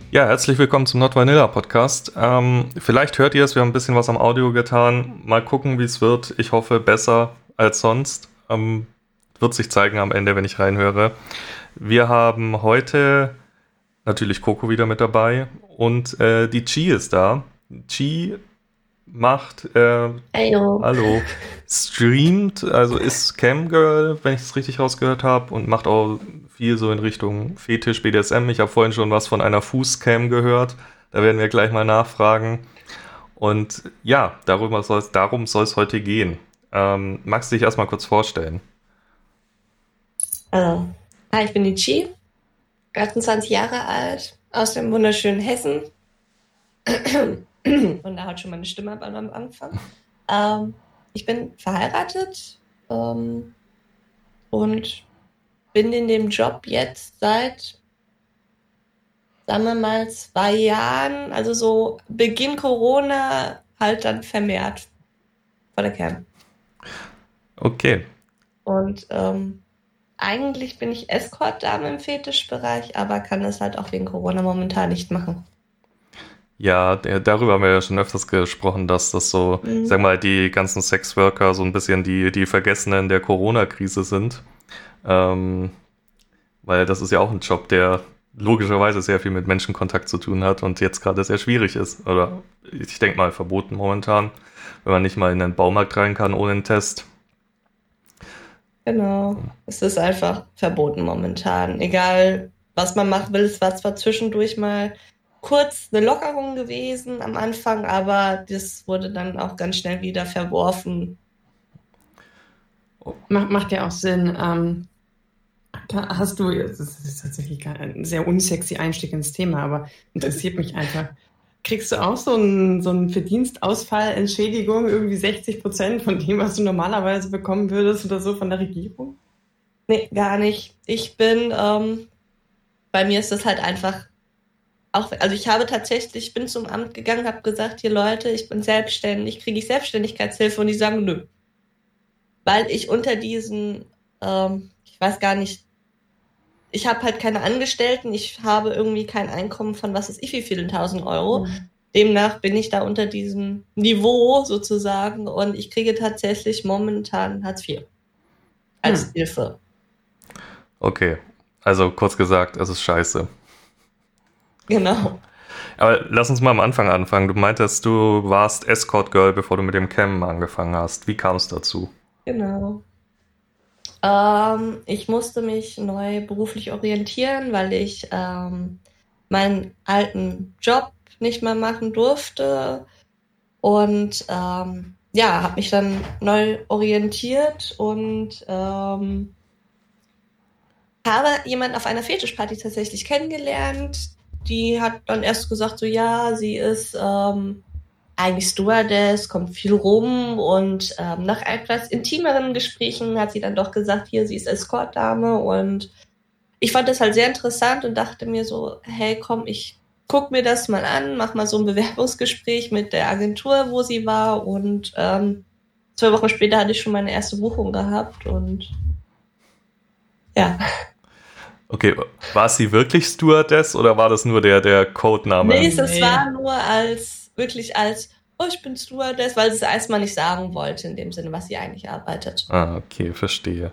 Ja, herzlich willkommen zum Not Vanilla Podcast. Vielleicht hört ihr es, wir haben ein bisschen was am Audio getan. Mal gucken, wie es wird. Ich hoffe, besser als sonst. Wird sich zeigen am Ende, wenn ich reinhöre. Wir haben heute natürlich Coco wieder mit dabei und die Chi ist da. Chi macht, Ayo. hallo, streamt, also ist Camgirl, wenn ich es richtig rausgehört habe, und macht auch viel so in Richtung Fetisch, BDSM. Ich habe vorhin schon was von einer Fußcam gehört, da werden wir gleich mal nachfragen. Und ja, darum soll es heute gehen. Magst du dich erstmal kurz vorstellen? Also, hi, ich bin die Chi, 28 Jahre alt, aus dem wunderschönen Hessen. Und da haut schon meine Stimme ab am Anfang. Ich bin verheiratet und bin in dem Job jetzt seit, sagen wir mal, 2 Jahren, also so Beginn Corona, halt dann vermehrt vor der Cam. Okay. Und eigentlich bin ich Escort-Dame im Fetischbereich, aber kann das halt auch wegen Corona momentan nicht machen. Ja, darüber haben wir ja schon öfters gesprochen, dass das so, ich Mhm. sag mal, die ganzen Sexworker so ein bisschen die Vergessenen der Corona-Krise sind. Ähm, Weil das ist ja auch ein Job, der logischerweise sehr viel mit Menschenkontakt zu tun hat und jetzt gerade sehr schwierig ist. Oder ich denke mal verboten momentan, wenn man nicht mal in den Baumarkt rein kann ohne einen Test. Genau. Es ist einfach verboten momentan. Egal, was man machen will. Es war zwar zwischendurch mal kurz eine Lockerung gewesen am Anfang, aber das wurde dann auch ganz schnell wieder verworfen. Macht ja auch Sinn. Hast du, das ist tatsächlich ein sehr unsexy Einstieg ins Thema, aber interessiert mich einfach. Kriegst du auch so einen Verdienstausfallentschädigung, irgendwie 60% von dem, was du normalerweise bekommen würdest oder so von der Regierung? Nee, gar nicht. Bei mir ist das halt einfach auch, also ich bin zum Amt gegangen, habe gesagt, hier Leute, ich bin selbstständig, kriege ich Selbstständigkeitshilfe? Und die sagen, nö. Weil ich unter ich weiß gar nicht, ich habe halt keine Angestellten, ich habe irgendwie kein Einkommen von was weiß ich wie vielen 1.000 Euro. Demnach bin ich da unter diesem Niveau sozusagen und ich kriege tatsächlich momentan Hartz IV als Hilfe. Okay, also kurz gesagt, es ist scheiße. Genau, Aber lass uns mal am Anfang anfangen. Du meintest, du warst Escort Girl, bevor du mit dem Cam angefangen hast. Wie kam es dazu? genau. Ich musste mich neu beruflich orientieren, weil ich meinen alten Job nicht mehr machen durfte und ja, habe mich dann neu orientiert und habe jemanden auf einer Fetischparty tatsächlich kennengelernt. Die hat dann erst gesagt, so ja, sie ist eigentlich Stewardess, kommt viel rum und nach etwas intimeren Gesprächen hat sie dann doch gesagt, hier, sie ist Escortdame und ich fand das halt sehr interessant und dachte mir so, hey, komm, ich guck mir das mal an, mach mal so ein Bewerbungsgespräch mit der Agentur, wo sie war und 2 Wochen später hatte ich schon meine erste Buchung gehabt und ja. Okay, war sie wirklich Stewardess oder war das nur der Codename? Nee, es Nee. war nur wirklich als, oh, ich bin Stewardess, weil sie es erstmal nicht sagen wollte, in dem Sinne, was sie eigentlich arbeitet. Ah, okay, verstehe.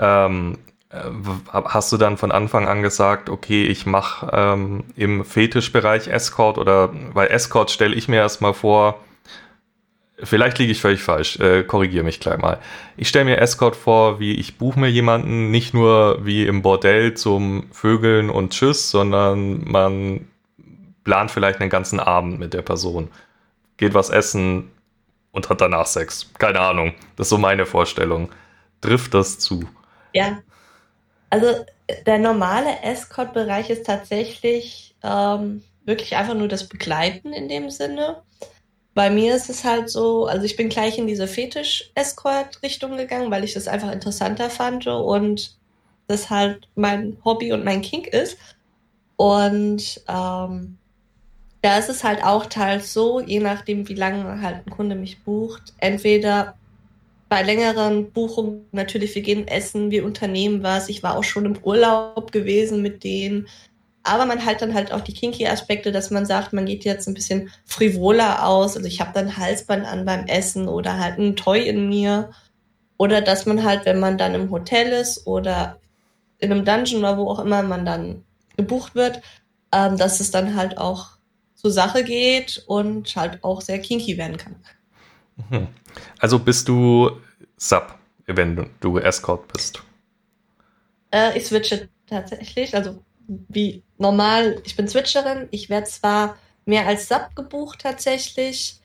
Hast du dann von Anfang an gesagt, okay, ich mache im Fetischbereich Escort oder, weil Escort stelle ich mir erstmal vor, vielleicht liege ich völlig falsch, korrigiere mich gleich mal. Ich stelle mir Escort vor, wie ich buche mir jemanden, nicht nur wie im Bordell zum Vögeln und Tschüss, sondern man plant vielleicht einen ganzen Abend mit der Person, geht was essen und hat danach Sex. Keine Ahnung, das ist so meine Vorstellung. Trifft das zu? Ja, also der normale Escort-Bereich ist tatsächlich wirklich einfach nur das Begleiten in dem Sinne. Bei mir ist es halt so, also ich bin gleich in diese Fetisch-Escort-Richtung gegangen, weil ich das einfach interessanter fand und das halt mein Hobby und mein Kink ist. Und da ist es halt auch teils so, je nachdem, wie lange halt ein Kunde mich bucht, entweder bei längeren Buchungen natürlich, wir gehen essen, wir unternehmen was. Ich war auch schon im Urlaub gewesen mit denen. Aber man hat dann halt auch die Kinky-Aspekte, dass man sagt, man geht jetzt ein bisschen frivoler aus. Also ich habe dann Halsband an beim Essen oder halt ein Toy in mir. Oder dass man halt, wenn man dann im Hotel ist oder in einem Dungeon oder wo auch immer man dann gebucht wird, dass es dann halt auch zur Sache geht und halt auch sehr kinky werden kann. Also bist du Sub, wenn du Escort bist? Ich switche tatsächlich, also wie normal, ich bin Switcherin. Ich werde zwar mehr als Sub gebucht tatsächlich,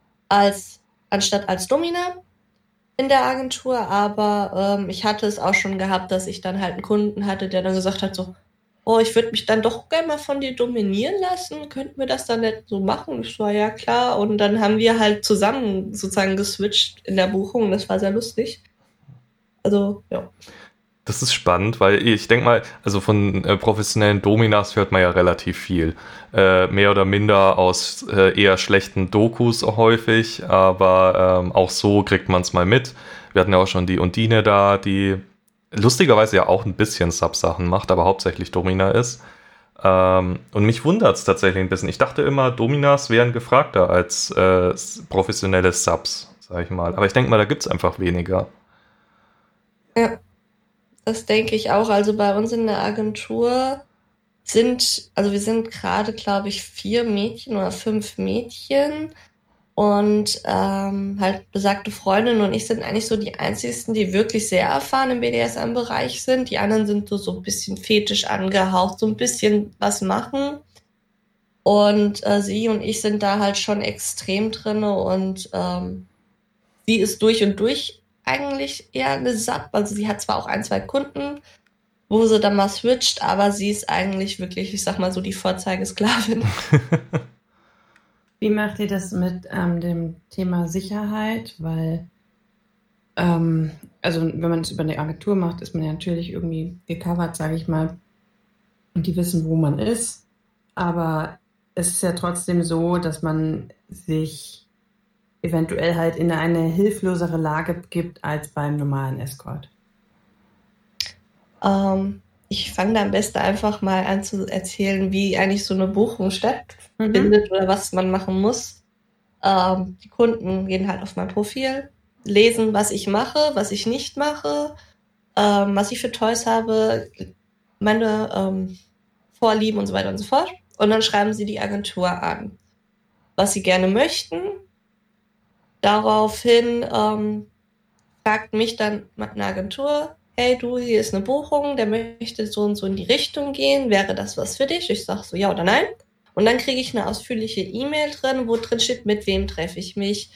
anstatt als Domina in der Agentur, aber ich hatte es auch schon gehabt, dass ich dann halt einen Kunden hatte, der dann gesagt hat so, oh, ich würde mich dann doch gerne mal von dir dominieren lassen, könnten wir das dann nicht so machen? Ich so, ja klar, und dann haben wir halt zusammen sozusagen geswitcht in der Buchung, das war sehr lustig. Also, ja. Das ist spannend, weil ich denke mal, also von professionellen Dominas hört man ja relativ viel. Mehr oder minder aus eher schlechten Dokus häufig, aber auch so kriegt man es mal mit. Wir hatten ja auch schon die Undine da, die lustigerweise ja auch ein bisschen Sub-Sachen macht, aber hauptsächlich Domina ist. Und mich wundert es tatsächlich ein bisschen. Ich dachte immer, Dominas wären gefragter als professionelle Subs, sag ich mal. Aber ich denke mal, da gibt es einfach weniger. Ja. Das denke ich auch. Also bei uns in der Agentur wir sind gerade, glaube ich, 4 Mädchen oder 5 Mädchen und halt besagte Freundin und ich sind eigentlich so die einzigsten, die wirklich sehr erfahren im BDSM-Bereich sind. Die anderen sind so ein bisschen fetisch angehaucht, so ein bisschen was machen. Und sie und ich sind da halt schon extrem drinne und sie ist durch und durch eigentlich eher eine Sub. Also sie hat zwar auch 1, 2 Kunden, wo sie dann mal switcht, aber sie ist eigentlich wirklich, ich sag mal so, die Vorzeigesklavin. Wie macht ihr das mit dem Thema Sicherheit? Weil, also wenn man es über eine Agentur macht, ist man ja natürlich irgendwie gecovert, sage ich mal. Und die wissen, wo man ist. Aber es ist ja trotzdem so, dass man sich eventuell halt in eine hilflosere Lage begibt als beim normalen Escort. Ich fange da am besten einfach mal an zu erzählen, wie eigentlich so eine Buchung stattfindet oder was man machen muss. Die Kunden gehen halt auf mein Profil, lesen, was ich mache, was ich nicht mache, was ich für Toys habe, meine Vorlieben und so weiter und so fort. Und dann schreiben sie die Agentur an, was sie gerne möchten. Daraufhin fragt mich dann eine Agentur, hey du, hier ist eine Buchung, der möchte so und so in die Richtung gehen, wäre das was für dich? Ich sage so ja oder nein. Und dann kriege ich eine ausführliche E-Mail drin, wo drin steht, mit wem treffe ich mich,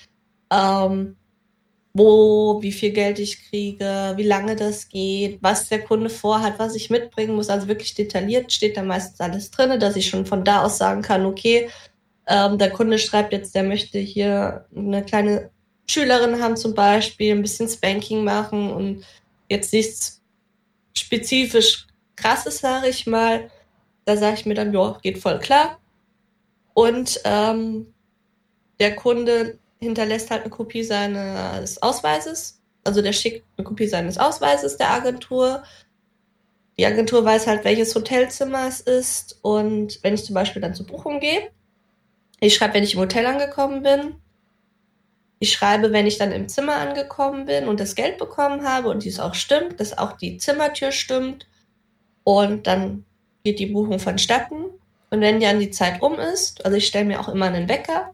wie viel Geld ich kriege, wie lange das geht, was der Kunde vorhat, was ich mitbringen muss. Also wirklich detailliert steht da meistens alles drin, dass ich schon von da aus sagen kann, okay, der Kunde schreibt jetzt, der möchte hier eine kleine Schülerin haben zum Beispiel, ein bisschen Spanking machen und jetzt nichts spezifisch Krasses, sage ich mal. Da sage ich mir dann, ja, geht voll klar. Und der Kunde hinterlässt halt eine Kopie seines Ausweises. Also der schickt eine Kopie seines Ausweises der Agentur. Die Agentur weiß halt, welches Hotelzimmer es ist. Und wenn ich zum Beispiel dann zur Buchung gehe, ich schreibe, wenn ich im Hotel angekommen bin. Ich schreibe, wenn ich dann im Zimmer angekommen bin und das Geld bekommen habe und dies auch stimmt, dass auch die Zimmertür stimmt. Und dann geht die Buchung vonstatten. Und wenn dann die Zeit um ist, also ich stelle mir auch immer einen Wecker,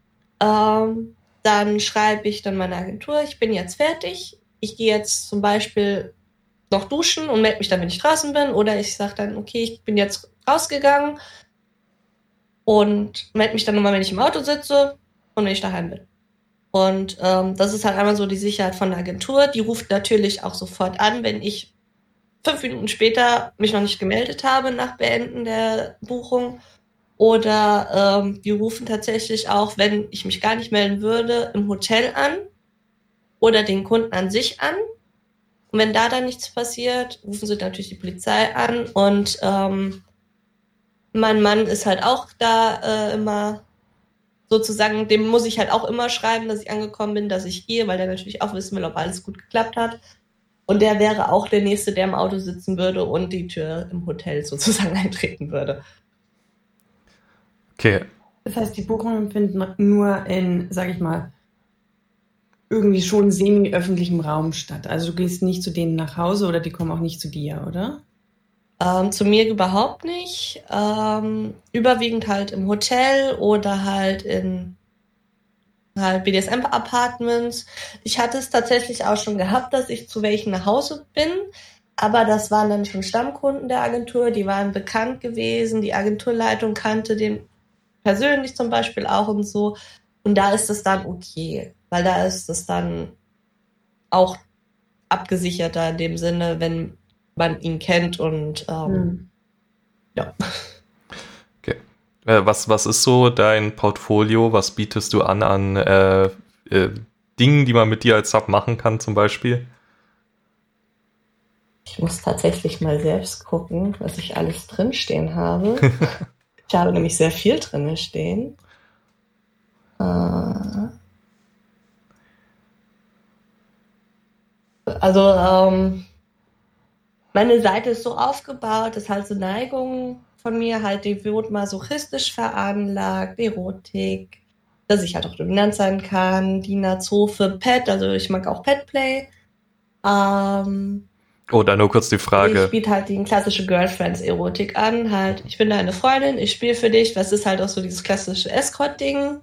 dann schreibe ich dann meiner Agentur, ich bin jetzt fertig. Ich gehe jetzt zum Beispiel noch duschen und melde mich dann, wenn ich draußen bin. Oder ich sage dann, okay, ich bin jetzt rausgegangen und melde mich dann nochmal, wenn ich im Auto sitze und wenn ich daheim bin. Und das ist halt einmal so die Sicherheit von der Agentur. Die ruft natürlich auch sofort an, wenn ich 5 Minuten später mich noch nicht gemeldet habe nach Beenden der Buchung. Oder die rufen tatsächlich auch, wenn ich mich gar nicht melden würde, im Hotel an oder den Kunden an sich an. Und wenn da dann nichts passiert, rufen sie natürlich die Polizei an. Und mein Mann ist halt auch da immer sozusagen, dem muss ich halt auch immer schreiben, dass ich angekommen bin, dass ich gehe, weil der natürlich auch wissen will, ob alles gut geklappt hat. Und der wäre auch der Nächste, der im Auto sitzen würde und die Tür im Hotel sozusagen eintreten würde. Okay. Das heißt, die Buchungen finden nur in, sag ich mal, irgendwie schon semi-öffentlichem Raum statt. Also du gehst nicht zu denen nach Hause oder die kommen auch nicht zu dir, oder? Zu mir überhaupt nicht. Überwiegend halt im Hotel oder halt in halt BDSM-Apartments. Ich hatte es tatsächlich auch schon gehabt, dass ich zu welchen nach Hause bin, aber das waren dann schon Stammkunden der Agentur, die waren bekannt gewesen, die Agenturleitung kannte den persönlich zum Beispiel auch und so. Und da ist es dann okay, weil da ist es dann auch abgesicherter in dem Sinne, wenn man ihn kennt und ja. Okay. Was ist so dein Portfolio? Was bietest du an Dingen, die man mit dir als Sub machen kann zum Beispiel? Ich muss tatsächlich mal selbst gucken, was ich alles drinstehen habe. Ich habe nämlich sehr viel drin stehen. Meine Seite ist so aufgebaut, dass halt so Neigungen von mir halt devot masochistisch veranlagt, Erotik, dass ich halt auch dominant sein kann, Dina Zofe, Pet, also ich mag auch Petplay. Oder nur kurz die Frage. Ich biete halt die klassische Girlfriends-Erotik an, halt, ich bin deine Freundin, ich spiele für dich, das ist halt auch so dieses klassische Escort-Ding.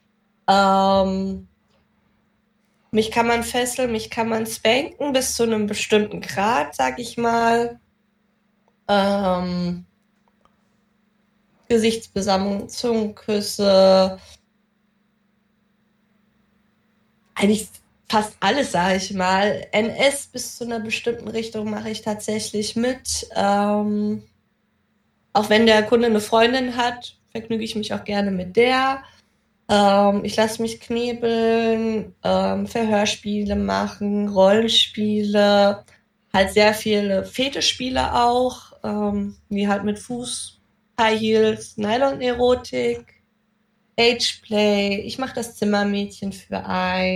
Mich kann man fesseln, mich kann man spanken bis zu einem bestimmten Grad, sag ich mal. Gesichtsbesammelung, Zungenküsse. Eigentlich fast alles, sage ich mal. NS bis zu einer bestimmten Richtung mache ich tatsächlich mit. Auch wenn der Kunde eine Freundin hat, vergnüge ich mich auch gerne mit der. Ich lasse mich knebeln, Verhörspiele machen, Rollenspiele, halt sehr viele Fetischspiele auch, wie halt mit Fuß, High Heels, Nylon-Erotik, Ageplay, ich mache das Zimmermädchen für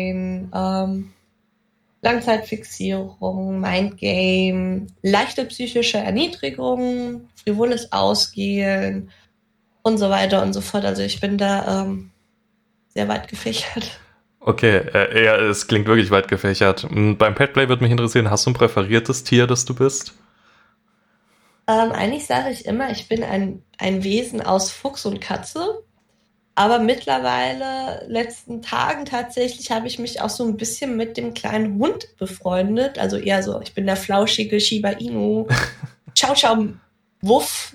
Langzeitfixierung, Mindgame, leichte psychische Erniedrigung, frivoles Ausgehen und so weiter und so fort. Also ich bin da sehr weit gefächert. Okay, ja, es klingt wirklich weit gefächert. Beim Petplay würde mich interessieren, hast du ein präferiertes Tier, das du bist? Eigentlich sage ich immer, ich bin ein Wesen aus Fuchs und Katze. Aber mittlerweile, letzten Tagen tatsächlich, habe ich mich auch so ein bisschen mit dem kleinen Hund befreundet. Also eher so, ich bin der flauschige Shiba Inu, Ciao Ciao Wuff.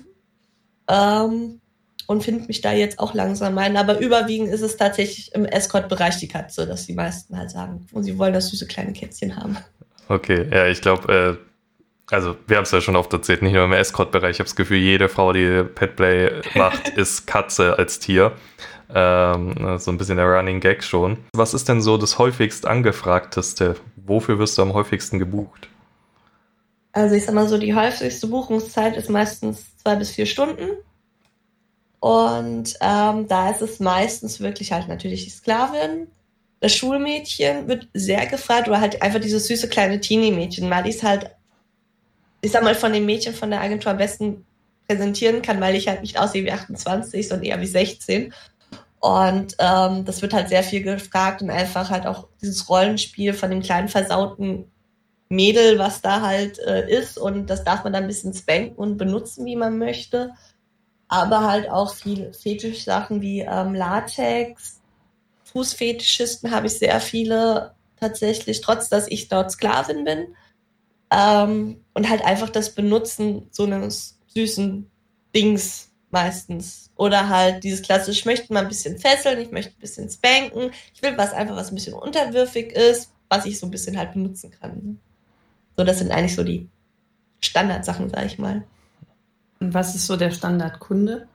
Und finde mich da jetzt auch langsam ein. Aber überwiegend ist es tatsächlich im Escort-Bereich die Katze, dass die meisten halt sagen. Und sie wollen das süße kleine Kätzchen haben. Okay, ja, ich glaube, also wir haben es ja schon oft erzählt, nicht nur im Escort-Bereich. Ich habe das Gefühl, jede Frau, die Petplay macht, ist Katze als Tier. So ein bisschen der Running Gag schon. Was ist denn so das häufigst angefragteste? Wofür wirst du am häufigsten gebucht? Also ich sag mal so, die häufigste Buchungszeit ist meistens 2 bis 4 Stunden. Und da ist es meistens wirklich halt natürlich die Sklavin. Das Schulmädchen wird sehr gefragt oder halt einfach dieses süße kleine Teenie-Mädchen, weil ich es halt, ich sag mal, von den Mädchen von der Agentur am besten präsentieren kann, weil ich halt nicht aussehe wie 28, sondern eher wie 16. Und das wird halt sehr viel gefragt und einfach halt auch dieses Rollenspiel von dem kleinen versauten Mädel, was da halt ist. Und das darf man dann ein bisschen spanken und benutzen, wie man möchte. Aber halt auch viel Fetisch-Sachen wie Latex. Fußfetischisten habe ich sehr viele tatsächlich, trotz dass ich dort Sklavin bin. Und halt einfach das Benutzen so eines süßen Dings meistens. Oder halt dieses klassische, ich möchte mal ein bisschen fesseln, ich möchte ein bisschen spanken. Ich will was einfach, was ein bisschen unterwürfig ist, was ich so ein bisschen halt benutzen kann. So, das sind eigentlich so die Standardsachen, sag ich mal. Und was ist so der Standardkunde?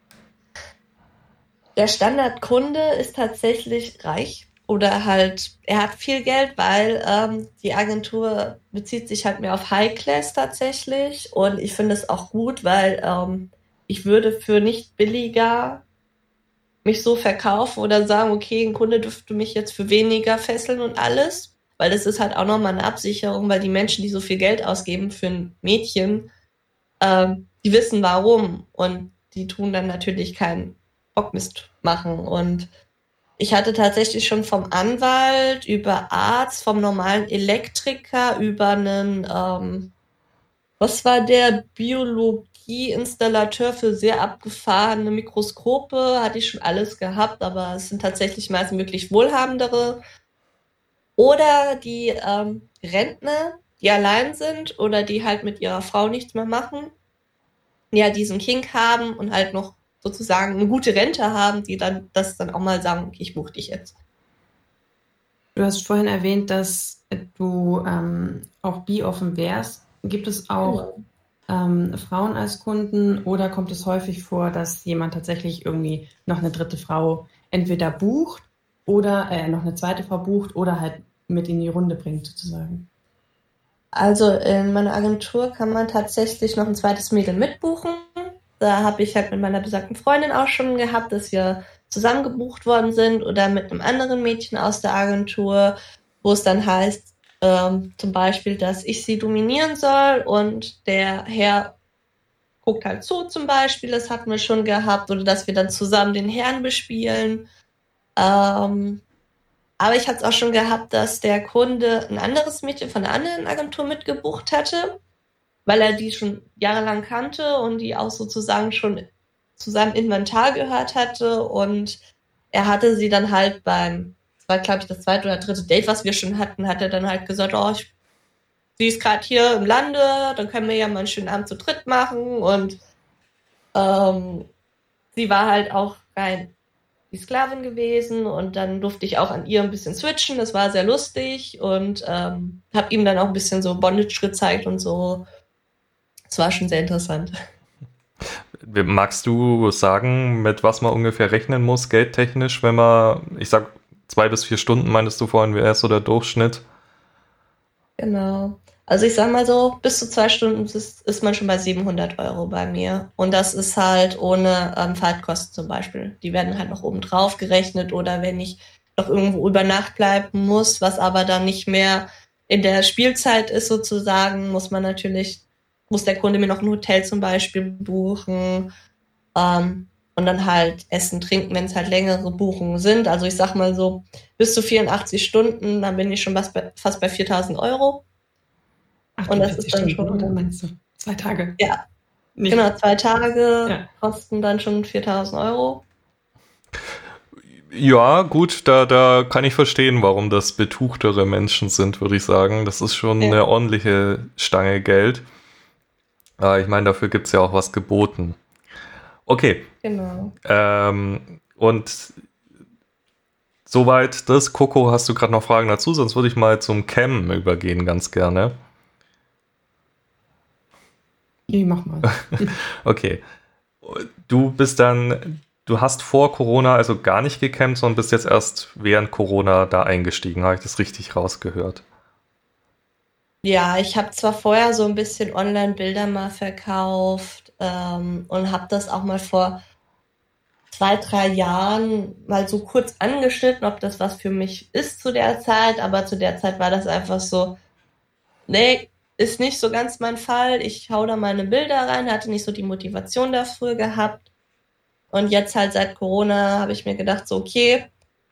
Der Standardkunde ist tatsächlich reich oder halt, er hat viel Geld, weil die Agentur bezieht sich halt mehr auf High Class tatsächlich und ich finde es auch gut, weil ich würde für nicht billiger mich so verkaufen oder sagen, okay, ein Kunde dürfte mich jetzt für weniger fesseln und alles, weil das ist halt auch nochmal eine Absicherung, weil die Menschen, die so viel Geld ausgeben für ein Mädchen, die wissen warum und die tun dann natürlich keinen Bockmist machen. Und ich hatte tatsächlich schon vom Anwalt über Arzt, vom normalen Elektriker über einen, was war der, Biologieinstallateur für sehr abgefahrene Mikroskope, hatte ich schon alles gehabt, aber es sind tatsächlich meist wirklich wohlhabendere. Oder die Rentner, die allein sind oder die halt mit ihrer Frau nichts mehr machen, ja, diesen Kink haben und halt noch sozusagen eine gute Rente haben, die dann das dann auch mal sagen, okay, ich buche dich jetzt. Du hast vorhin erwähnt, dass du auch bi-offen wärst. Gibt es auch Frauen als Kunden oder kommt es häufig vor, dass jemand tatsächlich irgendwie noch eine dritte Frau entweder bucht oder noch eine zweite Frau bucht oder halt mit in die Runde bringt sozusagen? Also in meiner Agentur kann man tatsächlich noch ein zweites Mädel mitbuchen. Da habe ich halt mit meiner besagten Freundin auch schon gehabt, dass wir zusammen gebucht worden sind oder mit einem anderen Mädchen aus der Agentur, wo es dann heißt, zum Beispiel, dass ich sie dominieren soll und der Herr guckt halt zu zum Beispiel, das hatten wir schon gehabt, oder dass wir dann zusammen den Herrn bespielen. Aber ich hatte es auch schon gehabt, dass der Kunde ein anderes Mädchen von einer anderen Agentur mitgebucht hatte, weil er die schon jahrelang kannte und die auch sozusagen schon zu seinem Inventar gehört hatte. Und er hatte sie dann halt das war, glaube ich, das zweite oder dritte Date, was wir schon hatten, hat er dann halt gesagt, sie ist gerade hier im Lande, dann können wir ja mal einen schönen Abend zu dritt machen. Und sie war halt auch rein die Sklavin gewesen und dann durfte ich auch an ihr ein bisschen switchen, das war sehr lustig und habe ihm dann auch ein bisschen so Bondage gezeigt und so. Es war schon sehr interessant. Magst du sagen, mit was man ungefähr rechnen muss, geldtechnisch, wenn man, ich sag 2 bis 4 Stunden, meintest du vorhin, wäre es so der Durchschnitt? Genau. Also ich sag mal so, bis zu 2 Stunden ist man schon bei 700 € bei mir. Und das ist halt ohne Fahrtkosten zum Beispiel. Die werden halt noch oben drauf gerechnet oder wenn ich noch irgendwo über Nacht bleiben muss, was aber dann nicht mehr in der Spielzeit ist sozusagen, muss der Kunde mir noch ein Hotel zum Beispiel buchen und dann halt Essen, Trinken, wenn es halt längere Buchungen sind. Also ich sag mal so, bis zu 84 Stunden, dann bin ich schon fast bei 4.000 €. Und das ist dann schon, oder meinst du 2 Tage? Ja, genau, 2 Tage kosten dann schon 4.000 €. Ja, gut, da kann ich verstehen, warum das betuchtere Menschen sind, würde ich sagen. Das ist schon eine ordentliche Stange Geld. Ich meine, dafür gibt es ja auch was geboten. Okay. Genau. Und soweit das. Coco, hast du gerade noch Fragen dazu? Sonst würde ich mal zum Cam übergehen, ganz gerne. Nee, mach mal. Okay. Du hast vor Corona also gar nicht gecampt, sondern bist jetzt erst während Corona da eingestiegen. Habe ich das richtig rausgehört? Ja, ich habe zwar vorher so ein bisschen Online-Bilder mal verkauft und habe das auch mal vor 2, 3 Jahren mal so kurz angeschnitten, ob das was für mich ist zu der Zeit, aber zu der Zeit war das einfach so, nee, ist nicht so ganz mein Fall. Ich hau da meine Bilder rein, hatte nicht so die Motivation dafür gehabt. Und jetzt halt seit Corona habe ich mir gedacht, so okay,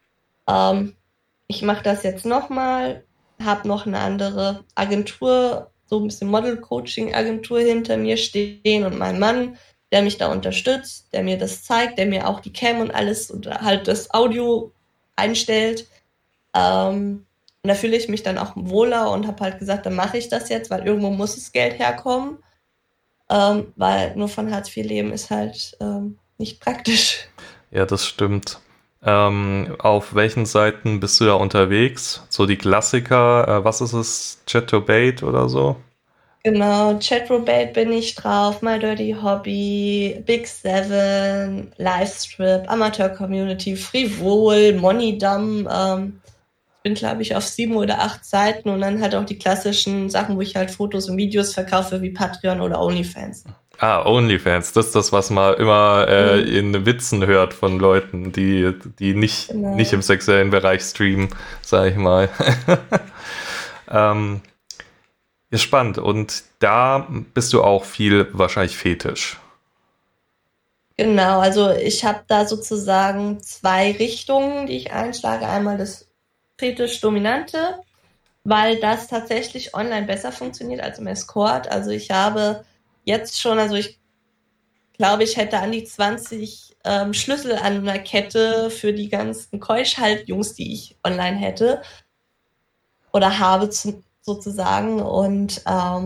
ich mache das jetzt nochmal, habe noch eine andere Agentur, so ein bisschen Model-Coaching-Agentur hinter mir stehen und mein Mann, der mich da unterstützt, der mir das zeigt, der mir auch die Cam und alles und halt das Audio einstellt. Und da fühle ich mich dann auch wohler und habe halt gesagt, dann mache ich das jetzt, weil irgendwo muss das Geld herkommen. Weil nur von Hartz IV leben ist halt nicht praktisch. Ja, das stimmt. Auf welchen Seiten bist du da unterwegs? So die Klassiker, was ist es? Chaturbate oder so? Genau, Chaturbate bin ich drauf, My Dirty Hobby, Big Seven, Livestrip, Amateur Community, Frivol, Monidum. Ich bin, glaube ich, auf 7 oder 8 Seiten und dann halt auch die klassischen Sachen, wo ich halt Fotos und Videos verkaufe, wie Patreon oder OnlyFans. Ah, OnlyFans, das ist das, was man immer in Witzen hört von Leuten, die nicht im sexuellen Bereich streamen, sag ich mal. Ähm, Ist spannend. Und da bist du auch viel wahrscheinlich Fetisch. Genau, also ich habe da sozusagen zwei Richtungen, die ich einschlage. Einmal das Fetisch-Dominante, weil das tatsächlich online besser funktioniert als im Escort. Also ich habe jetzt schon, also ich glaube, ich hätte an die 20 Schlüssel an einer Kette für die ganzen Keuschhaltjungs, die ich online hätte oder habe sozusagen. Und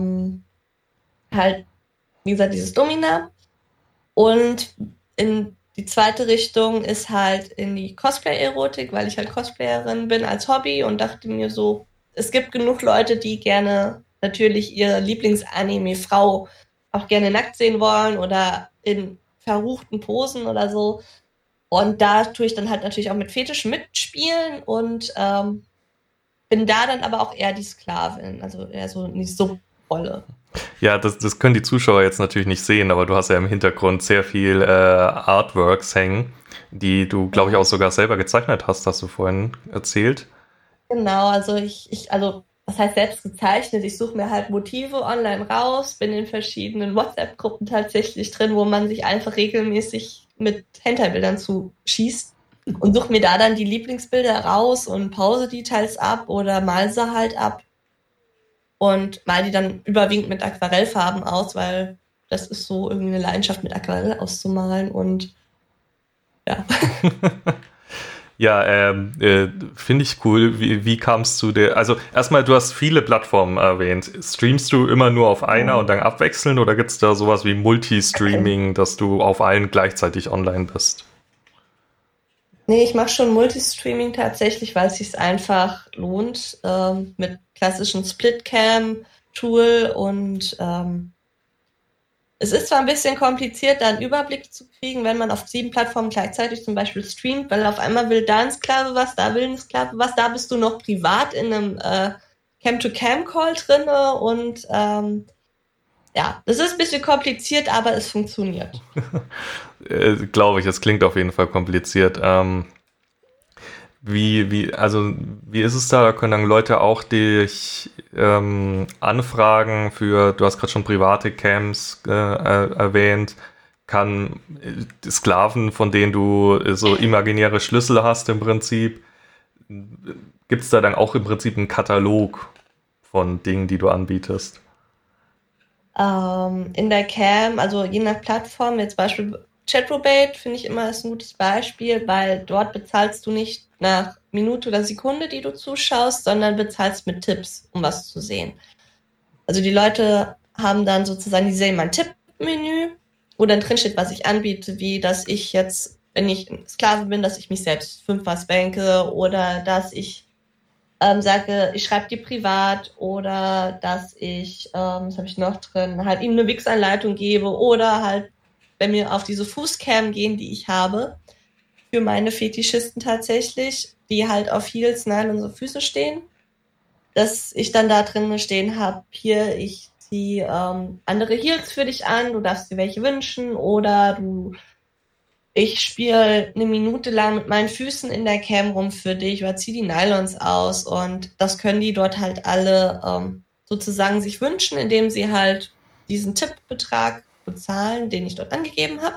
halt, wie gesagt, dieses Domina. Und in die zweite Richtung ist halt in die Cosplay-Erotik, weil ich halt Cosplayerin bin als Hobby und dachte mir so, es gibt genug Leute, die gerne natürlich ihre Lieblingsanime-Frau auch gerne nackt sehen wollen oder in verruchten Posen oder so. Und da tue ich dann halt natürlich auch mit Fetisch mitspielen und bin da dann aber auch eher die Sklavin, also eher so nicht so Rolle. Ja, das können die Zuschauer jetzt natürlich nicht sehen, aber du hast ja im Hintergrund sehr viel Artworks hängen, die du, glaube ich, auch sogar selber gezeichnet hast, hast du vorhin erzählt. Genau, also also was heißt selbst gezeichnet? Ich suche mir halt Motive online raus, bin in verschiedenen WhatsApp-Gruppen tatsächlich drin, wo man sich einfach regelmäßig mit Hentai-Bildern zuschießt und suche mir da dann die Lieblingsbilder raus und pause die teils ab oder mal sie halt ab und mal die dann überwiegend mit Aquarellfarben aus, weil das ist so irgendwie eine Leidenschaft, mit Aquarell auszumalen und ja. Ja, finde ich cool. Wie kam es zu der? Also erstmal, du hast viele Plattformen erwähnt. Streamst du immer nur auf einer und dann abwechseln oder gibt es da sowas wie Multistreaming, dass du auf allen gleichzeitig online bist? Nee, ich mache schon Multistreaming tatsächlich, weil es sich einfach lohnt mit klassischen Splitcam-Tool und es ist zwar ein bisschen kompliziert, da einen Überblick zu kriegen, wenn man auf 7 Plattformen gleichzeitig zum Beispiel streamt, weil auf einmal will da ein Sklave was, da will ein Sklave was, da bist du noch privat in einem Cam-to-Cam-Call drinne und ja, das ist ein bisschen kompliziert, aber es funktioniert. Glaube ich, es klingt auf jeden Fall kompliziert. Wie ist es da? Da können dann Leute auch dich anfragen für, du hast gerade schon private Camps erwähnt, kann Sklaven, von denen du so imaginäre Schlüssel hast im Prinzip, gibt es da dann auch im Prinzip einen Katalog von Dingen, die du anbietest? In der Cam, also je nach Plattform, jetzt Beispiel Chatrobate finde ich immer ist ein gutes Beispiel, weil dort bezahlst du nicht nach Minute oder Sekunde, die du zuschaust, sondern bezahlst mit Tipps, um was zu sehen. Also die Leute haben dann sozusagen, die sehen mein Tippmenü, wo dann drin steht, was ich anbiete, wie dass ich jetzt, wenn ich ein Sklave bin, dass ich mich selbst 5-mal spanke oder dass ich sage, ich schreibe die privat oder dass ich, was habe ich noch drin, halt ihm eine Wix-Anleitung gebe oder halt, wenn wir auf diese Fußcam gehen, die ich habe, für meine Fetischisten tatsächlich, die halt auf Heels, Nein und so Füße stehen, dass ich dann da drin stehen habe, hier, ich ziehe andere Heels für dich an, du darfst dir welche wünschen oder ich spiele eine Minute lang mit meinen Füßen in der Cam rum für dich oder ziehe die Nylons aus und das können die dort halt alle sozusagen sich wünschen, indem sie halt diesen Tippbetrag bezahlen, den ich dort angegeben habe.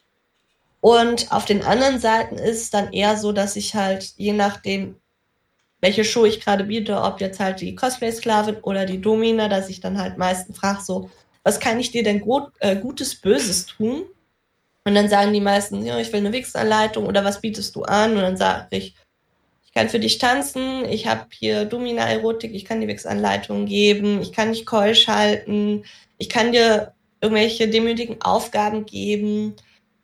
Und auf den anderen Seiten ist es dann eher so, dass ich halt, je nachdem, welche Show ich gerade biete, ob jetzt halt die Cosplay-Sklavin oder die Domina, dass ich dann halt meistens frage so, was kann ich dir denn Gutes, Böses tun? Und dann sagen die meisten, ja, ich will eine Wix-Anleitung oder was bietest du an? Und dann sage ich kann für dich tanzen, ich habe hier Domina-Erotik, ich kann dir Wix-Anleitungen geben, ich kann dich keusch halten, ich kann dir irgendwelche demütigen Aufgaben geben.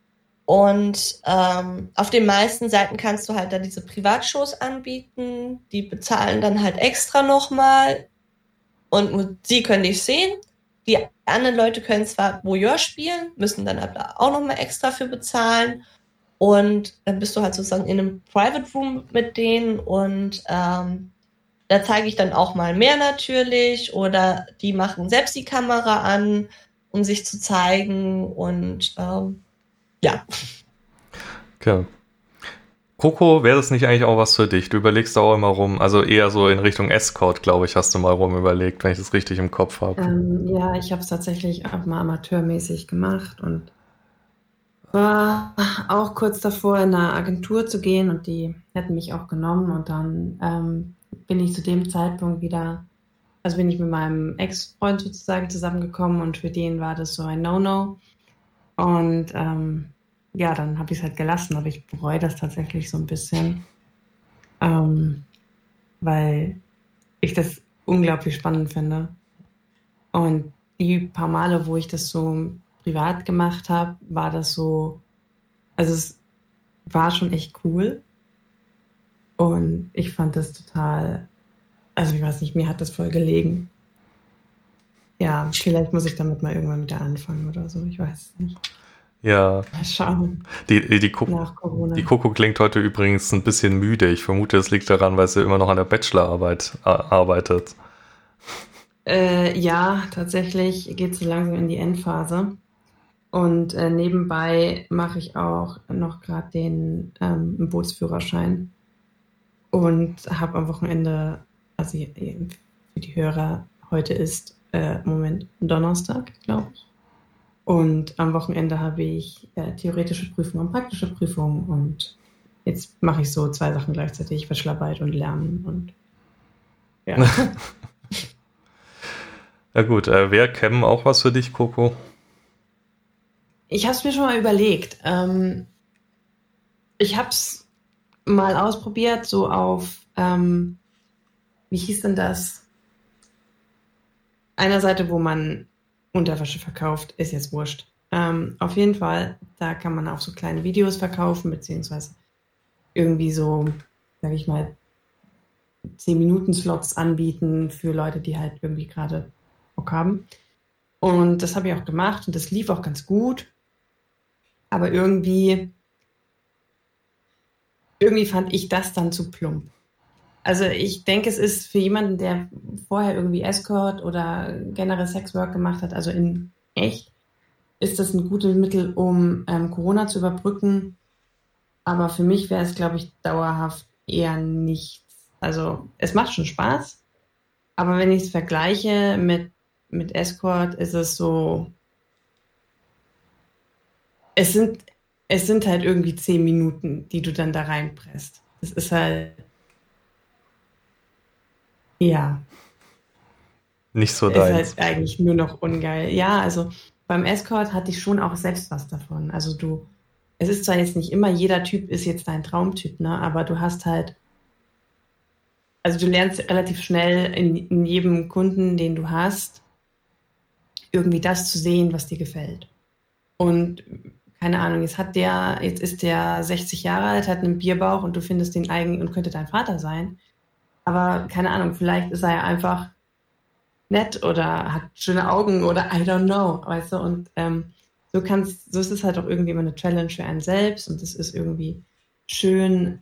Und auf den meisten Seiten kannst du halt da diese Privatshows anbieten, die bezahlen dann halt extra nochmal und nur sie können dich sehen. Die anderen Leute können zwar Voyeur spielen, müssen dann aber auch nochmal extra für bezahlen und dann bist du halt sozusagen in einem Private Room mit denen und da zeige ich dann auch mal mehr natürlich oder die machen selbst die Kamera an, um sich zu zeigen und ja. Okay. Coco, wäre das nicht eigentlich auch was für dich? Du überlegst da auch immer rum, also eher so in Richtung Escort, glaube ich, hast du mal rum überlegt, wenn ich das richtig im Kopf habe. Ja, ich habe es tatsächlich auch mal amateurmäßig gemacht und war auch kurz davor, in eine Agentur zu gehen und die hätten mich auch genommen und dann bin ich zu dem Zeitpunkt wieder, also bin ich mit meinem Ex-Freund sozusagen zusammengekommen und für den war das so ein No-No und ja, dann habe ich es halt gelassen, aber ich bereue das tatsächlich so ein bisschen, weil ich das unglaublich spannend finde. Und die paar Male, wo ich das so privat gemacht habe, war das so, also es war schon echt cool. Und ich fand das total, also ich weiß nicht, mir hat das voll gelegen. Ja, vielleicht muss ich damit mal irgendwann wieder anfangen oder so, ich weiß es nicht. Ja, Mal schauen, die nach Corona. Coco klingt heute übrigens ein bisschen müde. Ich vermute, es liegt daran, weil sie immer noch an der Bachelorarbeit arbeitet. Ja, tatsächlich geht es so langsam in die Endphase. Und nebenbei mache ich auch noch gerade den Bootsführerschein und habe am Wochenende, also für die Hörer, heute ist Moment Donnerstag, glaube ich. Und am Wochenende habe ich theoretische Prüfung und praktische Prüfung und jetzt mache ich so 2 Sachen gleichzeitig, Bachelorarbeit und Lernen und ja. Ja gut, wäre Chem auch was für dich, Coco? Ich habe es mir schon mal überlegt. Ich habe es mal ausprobiert, so auf, wie hieß denn das? Einer Seite, wo man Unterwäsche verkauft, ist jetzt wurscht. Auf jeden Fall, da kann man auch so kleine Videos verkaufen, beziehungsweise irgendwie so, sag ich mal, 10-Minuten-Slots anbieten für Leute, die halt irgendwie gerade Bock haben. Und das habe ich auch gemacht und das lief auch ganz gut. Aber irgendwie fand ich das dann zu plump. Also ich denke, es ist für jemanden, der vorher irgendwie Escort oder generell Sexwork gemacht hat, also in echt, ist das ein gutes Mittel, um Corona zu überbrücken. Aber für mich wäre es, glaube ich, dauerhaft eher nichts. Also es macht schon Spaß, aber wenn ich es vergleiche mit Escort, ist es so, es sind halt irgendwie 10 Minuten, die du dann da reinpresst. Das ist halt, ja, Nicht so ist deins. halt eigentlich nur noch ungeil. Ja, also beim Escort hatte ich schon auch selbst was davon. Also es ist zwar jetzt nicht immer jeder Typ ist jetzt dein Traumtyp, ne, aber du hast halt, also du lernst relativ schnell in jedem Kunden, den du hast, irgendwie das zu sehen, was dir gefällt. Und keine Ahnung, jetzt ist der 60 Jahre alt, hat einen Bierbauch und du findest den eigen und könnte dein Vater sein. Aber keine Ahnung, vielleicht ist er ja einfach nett oder hat schöne Augen oder I don't know, weißt du? Und so ist es halt auch irgendwie immer eine Challenge für einen selbst und es ist irgendwie schön,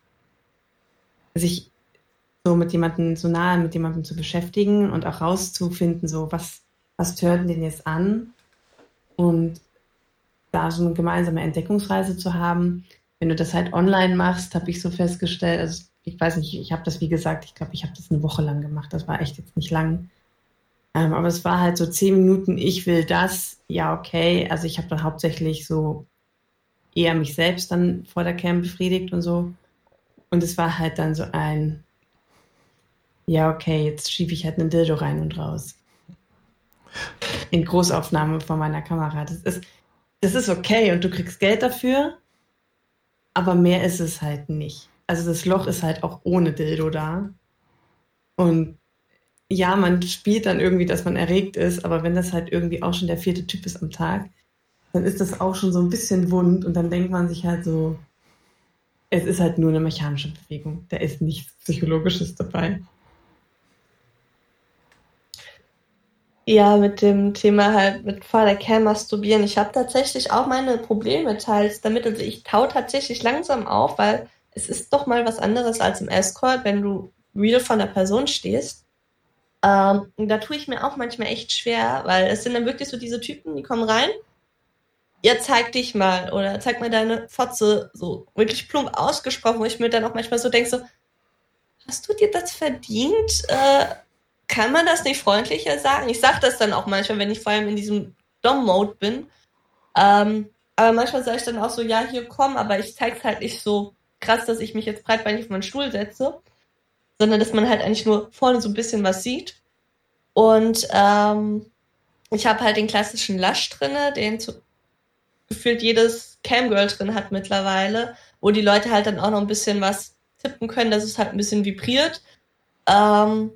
sich so nahe mit jemandem zu beschäftigen und auch rauszufinden, so was hört den jetzt an? Und da so eine gemeinsame Entdeckungsreise zu haben. Wenn du das halt online machst, habe ich so festgestellt, also ich weiß nicht, ich habe das, wie gesagt, ich glaube, ich habe das eine Woche lang gemacht, das war echt jetzt nicht lang. Aber es war halt so 10 Minuten, ich will das, ja okay, also ich habe dann hauptsächlich so eher mich selbst dann vor der Cam befriedigt und so. Und es war halt dann so ein, ja okay, jetzt schiebe ich halt einen Dildo rein und raus. In Großaufnahme von meiner Kamera. Das ist okay und du kriegst Geld dafür, aber mehr ist es halt nicht. Also das Loch ist halt auch ohne Dildo da. Und ja, man spielt dann irgendwie, dass man erregt ist, aber wenn das halt irgendwie auch schon der 4. Typ ist am Tag, dann ist das auch schon so ein bisschen wund und dann denkt man sich halt so, es ist halt nur eine mechanische Bewegung. Da ist nichts Psychologisches dabei. Ja, mit dem Thema halt mit vor der Cam masturbieren. Ich habe tatsächlich auch meine Probleme teils damit. Also ich tau tatsächlich langsam auf, weil es ist doch mal was anderes als im Escort, wenn du real von der Person stehst. Und da tue ich mir auch manchmal echt schwer, weil es sind dann wirklich so diese Typen, die kommen rein ja, zeig dich mal oder zeig mal deine Fotze, so wirklich plump ausgesprochen, wo ich mir dann auch manchmal so denke, so, hast du dir das verdient? Kann man das nicht freundlicher sagen? Ich sage das dann auch manchmal, wenn ich vor allem in diesem Dom-Mode bin. Aber manchmal sage ich dann auch so, ja, hier komm, aber ich zeige es halt nicht so krass, dass ich mich jetzt breitbeinig auf meinen Stuhl setze, sondern dass man halt eigentlich nur vorne so ein bisschen was sieht. Und ich habe halt den klassischen Lush drinne, den gefühlt jedes Camgirl drin hat mittlerweile, wo die Leute halt dann auch noch ein bisschen was tippen können, dass es halt ein bisschen vibriert. Aber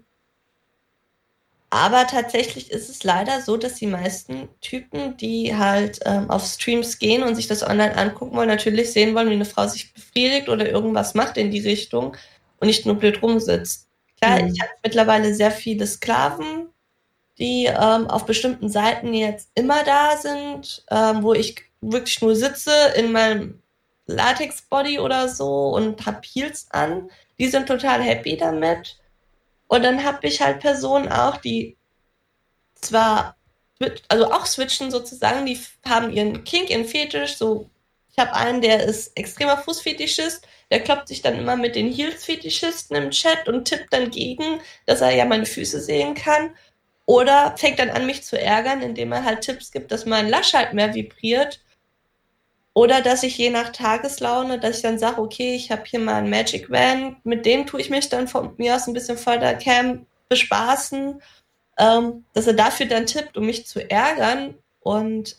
tatsächlich ist es leider so, dass die meisten Typen, die halt auf Streams gehen und sich das online angucken wollen, natürlich sehen wollen, wie eine Frau sich befriedigt oder irgendwas macht in die Richtung und nicht nur blöd rumsitzt. Klar, ich habe mittlerweile sehr viele Sklaven, die auf bestimmten Seiten jetzt immer da sind, wo ich wirklich nur sitze in meinem Latex-Body oder so und habe Heels an. Die sind total happy damit. Und dann habe ich halt Personen auch, die zwar, also auch switchen sozusagen, die haben ihren Kink, ihren Fetisch, so. Ich habe einen, der ist extremer Fußfetischist, der kloppt sich dann immer mit den Heels-Fetischisten im Chat und tippt dann gegen, dass er ja meine Füße sehen kann. Oder fängt dann an, mich zu ärgern, indem er halt Tipps gibt, dass mein Lash halt mehr vibriert. Oder dass ich je nach Tageslaune, dass ich dann sage, okay, ich habe hier mal ein Magic Wand, mit dem tue ich mich dann von mir aus ein bisschen vor der Cam bespaßen, dass er dafür dann tippt, um mich zu ärgern. Und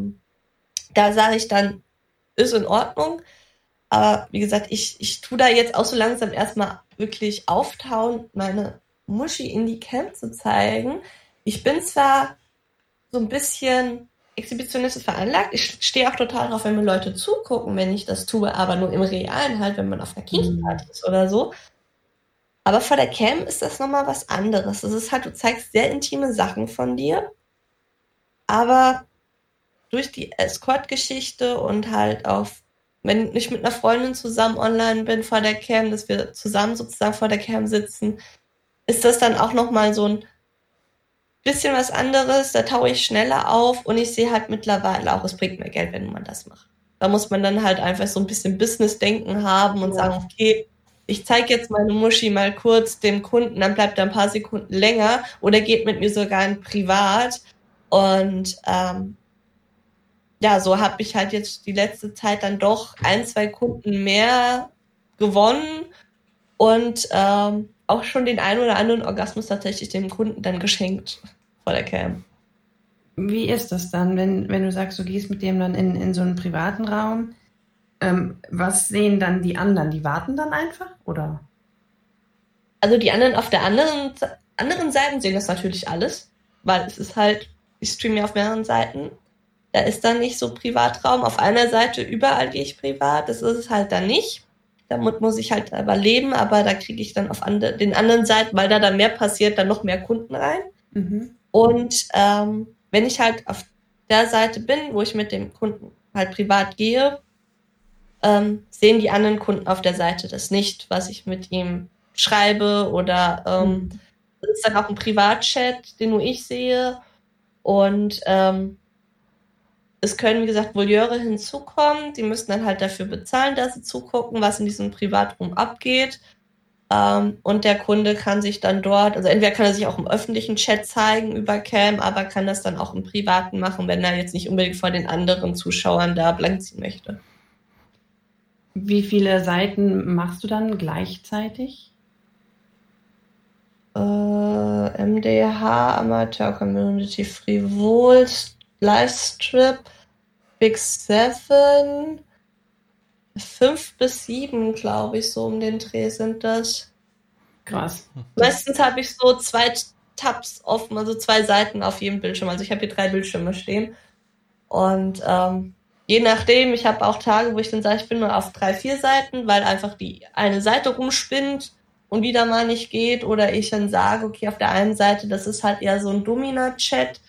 da sage ich dann, ist in Ordnung. Aber wie gesagt, ich tue da jetzt auch so langsam erstmal wirklich auftauen, meine Muschi in die Cam zu zeigen. Ich bin zwar so ein bisschen exhibitionistisch veranlagt. Ich stehe auch total drauf, wenn mir Leute zugucken, wenn ich das tue, aber nur im Realen halt, wenn man auf einer Kinky-Party ist oder so. Aber vor der Cam ist das nochmal was anderes. Es ist halt, du zeigst sehr intime Sachen von dir, aber durch die Escort-Geschichte und halt wenn ich mit einer Freundin zusammen online bin vor der Cam, dass wir zusammen sozusagen vor der Cam sitzen, ist das dann auch nochmal so ein bisschen was anderes, da taue ich schneller auf und ich sehe halt mittlerweile auch, es bringt mehr Geld, wenn man das macht. Da muss man dann halt einfach so ein bisschen Business-Denken haben und sagen, okay, ich zeige jetzt meine Muschi mal kurz dem Kunden, dann bleibt er ein paar Sekunden länger oder geht mit mir sogar in privat. Und ja, so habe ich halt jetzt die letzte Zeit dann doch 1, 2 Kunden mehr gewonnen und auch schon den einen oder anderen Orgasmus tatsächlich dem Kunden dann geschenkt vor der Cam. Wie ist das dann, wenn du sagst, du gehst mit dem dann in so einen privaten Raum? Was sehen dann die anderen? Die warten dann einfach, oder? Also die anderen auf der anderen Seiten sehen das natürlich alles, weil es ist halt, ich streame ja auf mehreren Seiten. Da ist dann nicht so Privatraum. Auf einer Seite überall gehe ich privat, das ist es halt dann nicht. Damit muss ich halt überleben, aber da kriege ich dann auf den anderen Seiten, weil da dann mehr passiert, dann noch mehr Kunden rein. Mhm. Und wenn ich halt auf der Seite bin, wo ich mit dem Kunden halt privat gehe, sehen die anderen Kunden auf der Seite das nicht, was ich mit ihm schreibe oder das ist dann auch ein Privatchat, den nur ich sehe. Und es können, wie gesagt, Voyeure hinzukommen. Die müssen dann halt dafür bezahlen, dass sie zugucken, was in diesem Privatraum abgeht. Und der Kunde kann sich dann dort, also entweder kann er sich auch im öffentlichen Chat zeigen über Cam, aber kann das dann auch im Privaten machen, wenn er jetzt nicht unbedingt vor den anderen Zuschauern da blank ziehen möchte. Wie viele Seiten machst du dann gleichzeitig? MDH, Amateur Community Frivol, Livestrip, Big 7, 5 bis 7, glaube ich, so um den Dreh sind das. Krass. Meistens habe ich so 2 Tabs offen, also 2 Seiten auf jedem Bildschirm. Also ich habe hier 3 Bildschirme stehen. Und je nachdem, ich habe auch Tage, wo ich dann sage, ich bin nur auf 3, 4 Seiten, weil einfach die eine Seite rumspinnt und wieder mal nicht geht. Oder ich dann sage, okay, auf der einen Seite, das ist halt eher so ein Domina-Chat.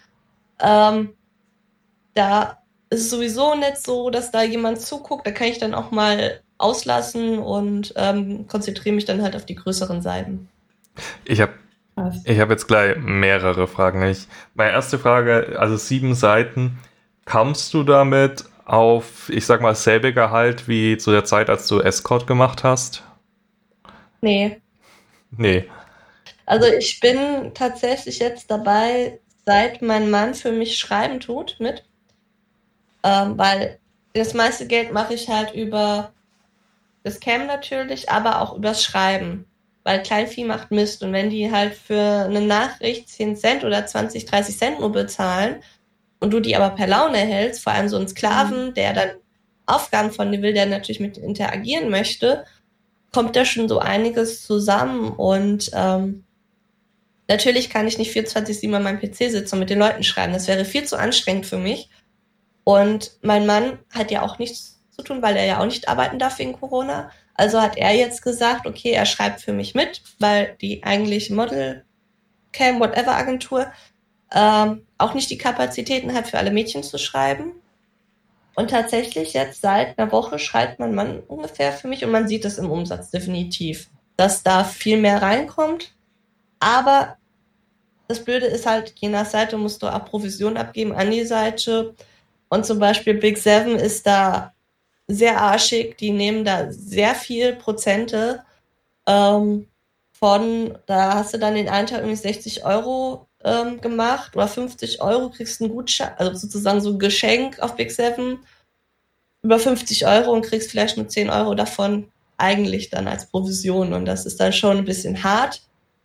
Da ist es sowieso nicht so, dass da jemand zuguckt. Da kann ich dann auch mal auslassen und konzentriere mich dann halt auf die größeren Seiten. Ich habe jetzt gleich mehrere Fragen. Meine erste Frage, also 7 Seiten. Kamst du damit auf, ich sag mal, selbe Gehalt wie zu der Zeit, als du Escort gemacht hast? Nee. Nee. Also ich bin tatsächlich jetzt dabei, seit mein Mann für mich schreiben tut mit, weil das meiste Geld mache ich halt über das Cam natürlich, aber auch übers Schreiben, weil Kleinvieh macht Mist und wenn die halt für eine Nachricht 10 Cent oder 20, 30 Cent nur bezahlen und du die aber per Laune hältst, vor allem so einen Sklaven, der dann Aufgaben von dir will, der natürlich mit dir interagieren möchte, kommt da schon so einiges zusammen und natürlich kann ich nicht 24/7 an meinem PC sitzen und mit den Leuten schreiben. Das wäre viel zu anstrengend für mich. Und mein Mann hat ja auch nichts zu tun, weil er ja auch nicht arbeiten darf wegen Corona. Also hat er jetzt gesagt, okay, er schreibt für mich mit, weil die eigentlich Model Cam, whatever Agentur auch nicht die Kapazitäten hat, für alle Mädchen zu schreiben. Und tatsächlich jetzt seit einer Woche schreibt mein Mann ungefähr für mich und man sieht es im Umsatz definitiv, dass da viel mehr reinkommt. Aber das Blöde ist halt, je nach Seite musst du auch Provision abgeben an die Seite. Und zum Beispiel Big Seven ist da sehr arschig. Die nehmen da sehr viel Prozente von, da hast du dann den einen Tag irgendwie 60 Euro gemacht oder 50 Euro, kriegst einen Gutschein, also sozusagen so ein Geschenk auf Big Seven über 50 Euro und kriegst vielleicht nur 10 Euro davon eigentlich dann als Provision. Und das ist dann schon ein bisschen hart.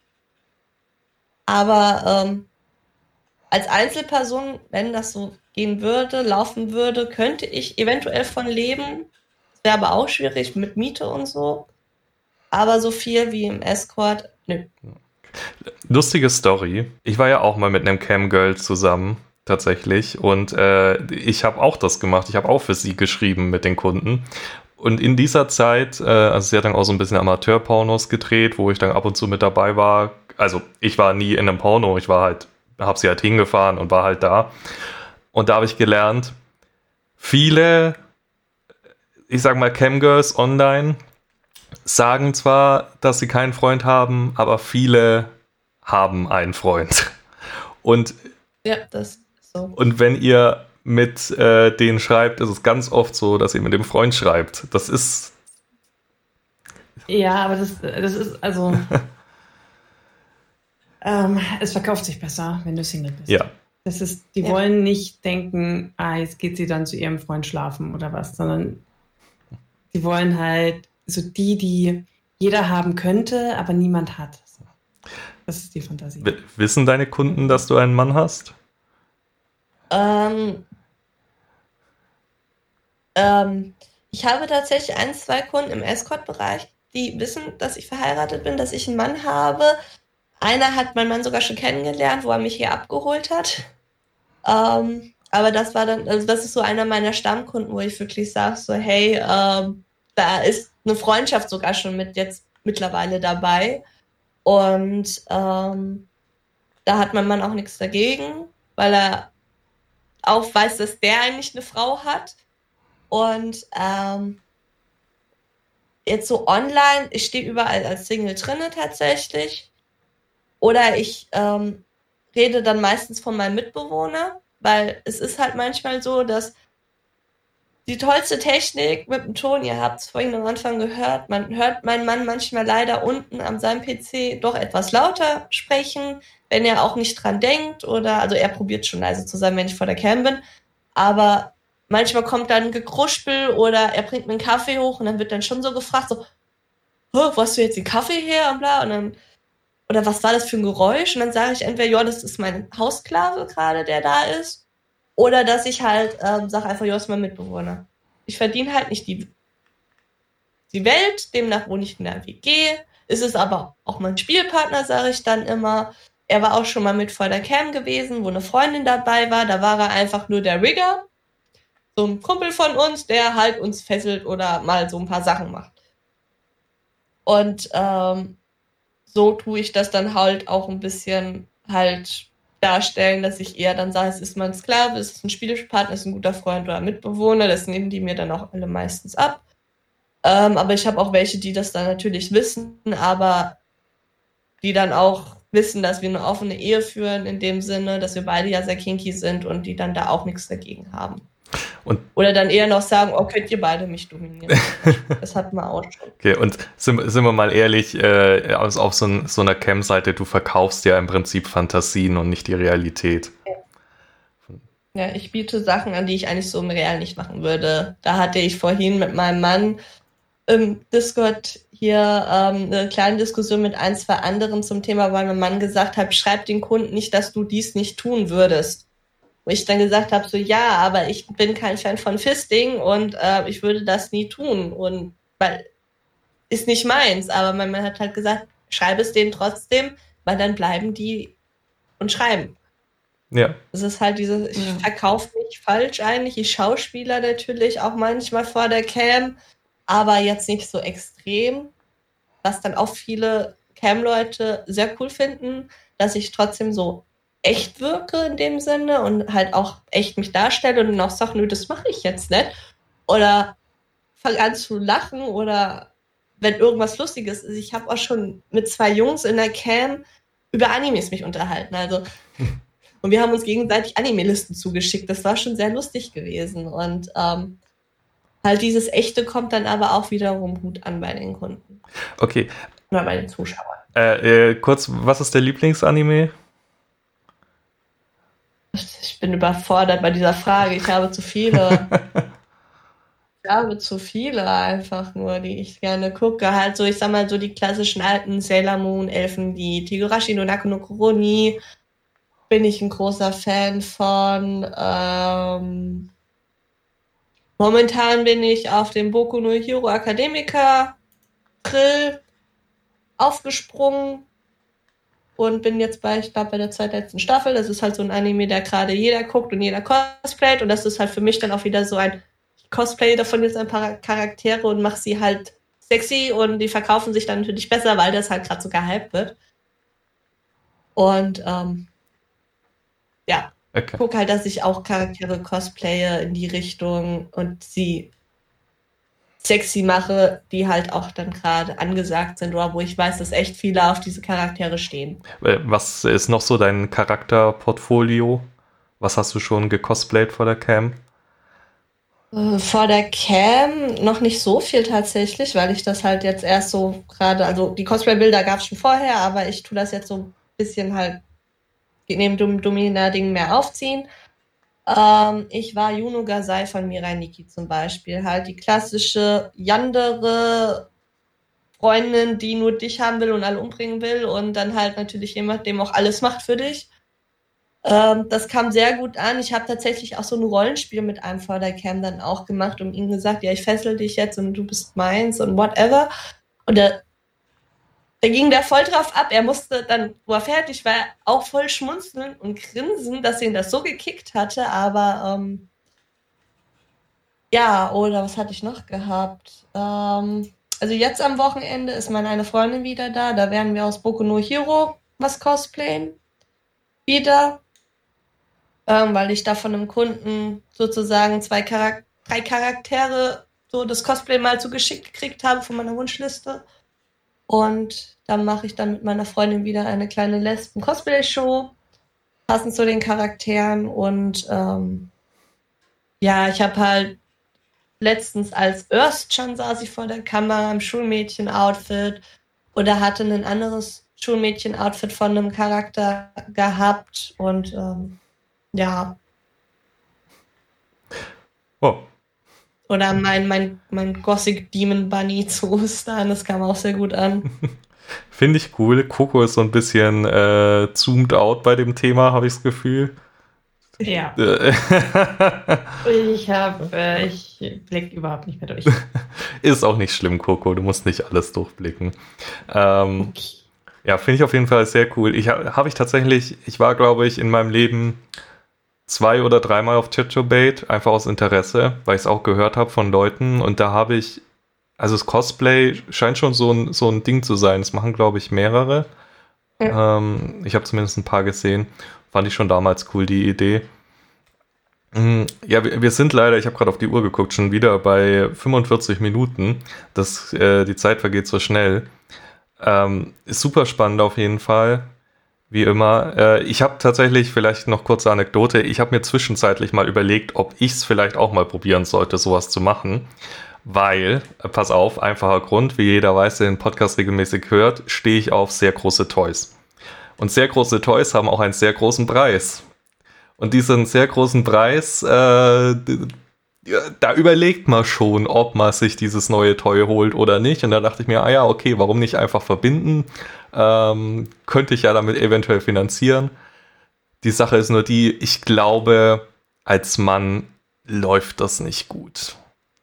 Aber als Einzelperson, wenn das so gehen würde, laufen würde, könnte ich eventuell von leben. Das wäre aber auch schwierig mit Miete und so. Aber so viel wie im Escort, nö. Lustige Story. Ich war ja auch mal mit einem Cam-Girl zusammen, tatsächlich. Und ich habe auch das gemacht. Ich habe auch für sie geschrieben mit den Kunden. Und in dieser Zeit, also sie hat dann auch so ein bisschen Amateur-Pornos gedreht, wo ich dann ab und zu mit dabei war. Also ich war nie in einem Porno, ich war halt, habe sie halt hingefahren und war halt da. Und da habe ich gelernt, viele, ich sag mal, Camgirls online sagen zwar, dass sie keinen Freund haben, aber viele haben einen Freund. Und, Ja, das ist so. und wenn ihr mit denen schreibt, ist es ganz oft so, dass ihr mit dem Freund schreibt. Das ist... Ja, aber das ist, also... es verkauft sich besser, wenn du Single bist. Ja. Das ist, die wollen nicht denken, jetzt geht sie dann zu ihrem Freund schlafen oder was, sondern die wollen halt so die jeder haben könnte, aber niemand hat. Das ist die Fantasie. Wissen deine Kunden, dass du einen Mann hast? Ich habe tatsächlich 1, 2 Kunden im Escort-Bereich, die wissen, dass ich verheiratet bin, dass ich einen Mann habe. Einer hat mein Mann sogar schon kennengelernt, wo er mich hier abgeholt hat. Aber das war dann, also das ist so einer meiner Stammkunden, wo ich wirklich sage, so hey, da ist eine Freundschaft sogar schon mit jetzt mittlerweile dabei. Und da hat mein Mann auch nichts dagegen, weil er auch weiß, dass der eigentlich eine Frau hat. Und jetzt so online, ich stehe überall als Single drinne tatsächlich. Oder ich rede dann meistens von meinem Mitbewohner, weil es ist halt manchmal so, dass die tollste Technik mit dem Ton, ihr habt es vorhin am Anfang gehört, man hört meinen Mann manchmal leider unten an seinem PC doch etwas lauter sprechen, wenn er auch nicht dran denkt oder, also er probiert schon leise zu sein, wenn ich vor der Cam bin, aber manchmal kommt dann ein Gekruspel oder er bringt mir einen Kaffee hoch und dann wird dann schon so gefragt, so, wo hast du jetzt den Kaffee her und bla und dann, oder was war das für ein Geräusch? Und dann sage ich entweder, ja, das ist mein Haussklave gerade, der da ist, oder dass ich halt sage einfach, ja, das ist mein Mitbewohner. Ich verdiene halt nicht die Welt, demnach wohne ich in der WG. Ist es aber auch mein Spielpartner, sage ich dann immer. Er war auch schon mal mit vor der Cam gewesen, wo eine Freundin dabei war. Da war er einfach nur der Rigger. So ein Kumpel von uns, der halt uns fesselt oder mal so ein paar Sachen macht. Und so tue ich das dann halt auch ein bisschen halt darstellen, dass ich eher dann sage, es ist mein Sklave, es ist ein Spielpartner, es ist ein guter Freund oder Mitbewohner. Das nehmen die mir dann auch alle meistens ab. Aber ich habe auch welche, die das dann natürlich wissen, aber die dann auch wissen, dass wir eine offene Ehe führen, in dem Sinne, dass wir beide ja sehr kinky sind und die dann da auch nichts dagegen haben. Oder dann eher noch sagen, oh, könnt ihr beide mich dominieren. Das hatten wir auch schon. Okay, und sind wir mal ehrlich, auf so einer Cam-Seite, du verkaufst ja im Prinzip Fantasien und nicht die Realität. Ja, ich biete Sachen an, die ich eigentlich so im Real nicht machen würde. Da hatte ich vorhin mit meinem Mann im Discord hier eine kleine Diskussion mit 1, 2 anderen zum Thema, weil mein Mann gesagt hat, schreib den Kunden nicht, dass du dies nicht tun würdest. Wo ich dann gesagt habe, so ja, aber ich bin kein Fan von Fisting und ich würde das nie tun. Und weil ist nicht meins, aber mein Mann hat halt gesagt, schreib es denen trotzdem, weil dann bleiben die und schreiben. Ja. Das ist halt ich verkaufe mich falsch eigentlich. Ich schauspieler natürlich auch manchmal vor der Cam, aber jetzt nicht so extrem, was dann auch viele Cam-Leute sehr cool finden, dass ich trotzdem so echt wirke in dem Sinne und halt auch echt mich darstelle und dann auch sage, nö, das mache ich jetzt nicht. Oder fange an zu lachen oder wenn irgendwas Lustiges ist. Ich habe auch schon mit 2 Jungs in der Cam über Animes mich unterhalten. Also und wir haben uns gegenseitig Anime-Listen zugeschickt. Das war schon sehr lustig gewesen. Und halt dieses Echte kommt dann aber auch wiederum gut an bei den Kunden. Okay. Oder bei den Zuschauern. Kurz, was ist der Lieblingsanime? Ich bin überfordert bei dieser Frage. Ich habe zu viele. Ich habe zu viele einfach nur, die ich gerne gucke. Halt so, ich sag mal, so die klassischen alten Sailor Moon, Elfenlied, Higurashi no Naku no Kuroni. Bin ich ein großer Fan von. Momentan bin ich auf dem Boku no Hero Academica Grill aufgesprungen und bin jetzt ich glaube, bei der zweitletzten Staffel. Das ist halt so ein Anime, der gerade jeder guckt und jeder cosplayt und das ist halt für mich dann auch wieder so ein Cosplay davon jetzt ein paar Charaktere und mache sie halt sexy und die verkaufen sich dann natürlich besser, weil das halt gerade so gehypt wird. Und ja, okay. Guck halt, dass ich auch Charaktere cosplaye in die Richtung und sie sexy mache, die halt auch dann gerade angesagt sind oder wo ich weiß, dass echt viele auf diese Charaktere stehen. Was ist noch so dein Charakterportfolio? Was hast du schon gecosplayt vor der Cam? Vor der Cam noch nicht so viel tatsächlich, weil ich das halt jetzt erst so gerade, also die Cosplay-Bilder gab es schon vorher, aber ich tue das jetzt so ein bisschen halt neben dem Domina-Ding mehr aufziehen. Ich war Yuno Gasai von Mirai Nikki zum Beispiel. Halt die klassische Yandere Freundin, die nur dich haben will und alle umbringen will und dann halt natürlich jemand, dem auch alles macht für dich. Das kam sehr gut an. Ich habe tatsächlich auch so ein Rollenspiel mit einem vor der Cam dann auch gemacht und ihm gesagt, ja, ich fessel dich jetzt und du bist meins und whatever. Und da ging der voll drauf ab. Er musste dann, wo er fertig war, auch voll schmunzeln und grinsen, dass ihn das so gekickt hatte. Aber ja, oder was hatte ich noch gehabt? Also jetzt am Wochenende ist meine eine Freundin wieder da. Da werden wir aus Boku no Hero was cosplayen. Wieder. Weil ich da von einem Kunden sozusagen 3 Charaktere so das Cosplay mal zugeschickt gekriegt habe von meiner Wunschliste. Und dann mache ich dann mit meiner Freundin wieder eine kleine Lesben-Cosplay-Show, passend zu den Charakteren. Und ja, ich habe halt letztens als Erstchan saß ich vor der Kamera im Schulmädchen-Outfit oder hatte ein anderes Schulmädchen-Outfit von einem Charakter gehabt. Und ja. Oh. Oder mein Gothic Demon Bunny zu Ostern, das kam auch sehr gut an. Finde ich cool. Coco ist so ein bisschen zoomed out bei dem Thema, habe ich das Gefühl. Ja. Ich blicke überhaupt nicht mehr durch. Ist auch nicht schlimm, Coco. Du musst nicht alles durchblicken. Okay. Ja, finde ich auf jeden Fall sehr cool. Ich war, glaube ich, in meinem Leben 2 oder 3 Mal auf Chicho-Bait, einfach aus Interesse, weil ich es auch gehört habe von Leuten. Und da habe ich, also das Cosplay scheint schon so ein Ding zu sein. Das machen, glaube ich, mehrere. Ja. Ich habe zumindest ein paar gesehen. Fand ich schon damals cool, die Idee. Ja, wir sind leider, ich habe gerade auf die Uhr geguckt, schon wieder bei 45 Minuten. Die Zeit vergeht so schnell. Ist super spannend auf jeden Fall. Wie immer. Ich habe tatsächlich, vielleicht noch kurze Anekdote, ich habe mir zwischenzeitlich mal überlegt, ob ich es vielleicht auch mal probieren sollte, sowas zu machen. Weil, pass auf, einfacher Grund, wie jeder weiß, der den Podcast regelmäßig hört, stehe ich auf sehr große Toys. Und sehr große Toys haben auch einen sehr großen Preis. Und diesen sehr großen Preis, da überlegt man schon, ob man sich dieses neue Toy holt oder nicht. Und da dachte ich mir, okay, warum nicht einfach verbinden? Könnte ich ja damit eventuell finanzieren. Die Sache ist nur die, ich glaube, als Mann läuft das nicht gut.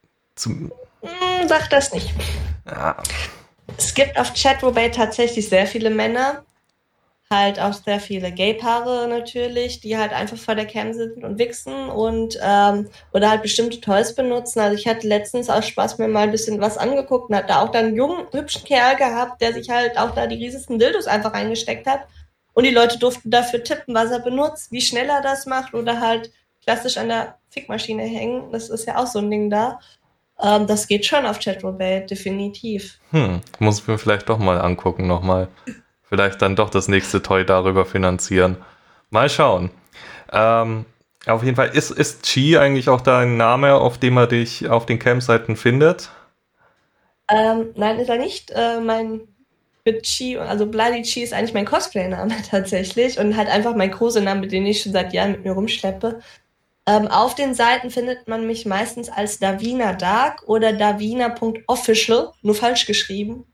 Sag das nicht. Ja. Es gibt auf Chatroulette tatsächlich sehr viele Männer, halt auch sehr viele Gay-Paare natürlich, die halt einfach vor der Cam sind und wichsen und oder halt bestimmte Toys benutzen. Also ich hatte letztens aus Spaß mir mal ein bisschen was angeguckt und hatte auch dann einen jungen, hübschen Kerl gehabt, der sich halt auch da die riesigsten Dildos einfach reingesteckt hat. Und die Leute durften dafür tippen, was er benutzt, wie schnell er das macht oder halt klassisch an der Fickmaschine hängen. Das ist ja auch so ein Ding da. Das geht schon auf Chatroulette, definitiv. Muss ich mir vielleicht doch mal angucken nochmal. Vielleicht dann doch das nächste Toy darüber finanzieren. Mal schauen. Auf jeden Fall, ist Chi eigentlich auch dein Name, auf dem er dich auf den Campseiten findet? Nein, ist er nicht. Mein Chi, also Bloody Chi ist eigentlich mein Cosplay-Name tatsächlich und halt einfach mein Kosename, den ich schon seit Jahren mit mir rumschleppe. Auf den Seiten findet man mich meistens als Davina Dark oder davina.official, nur falsch geschrieben.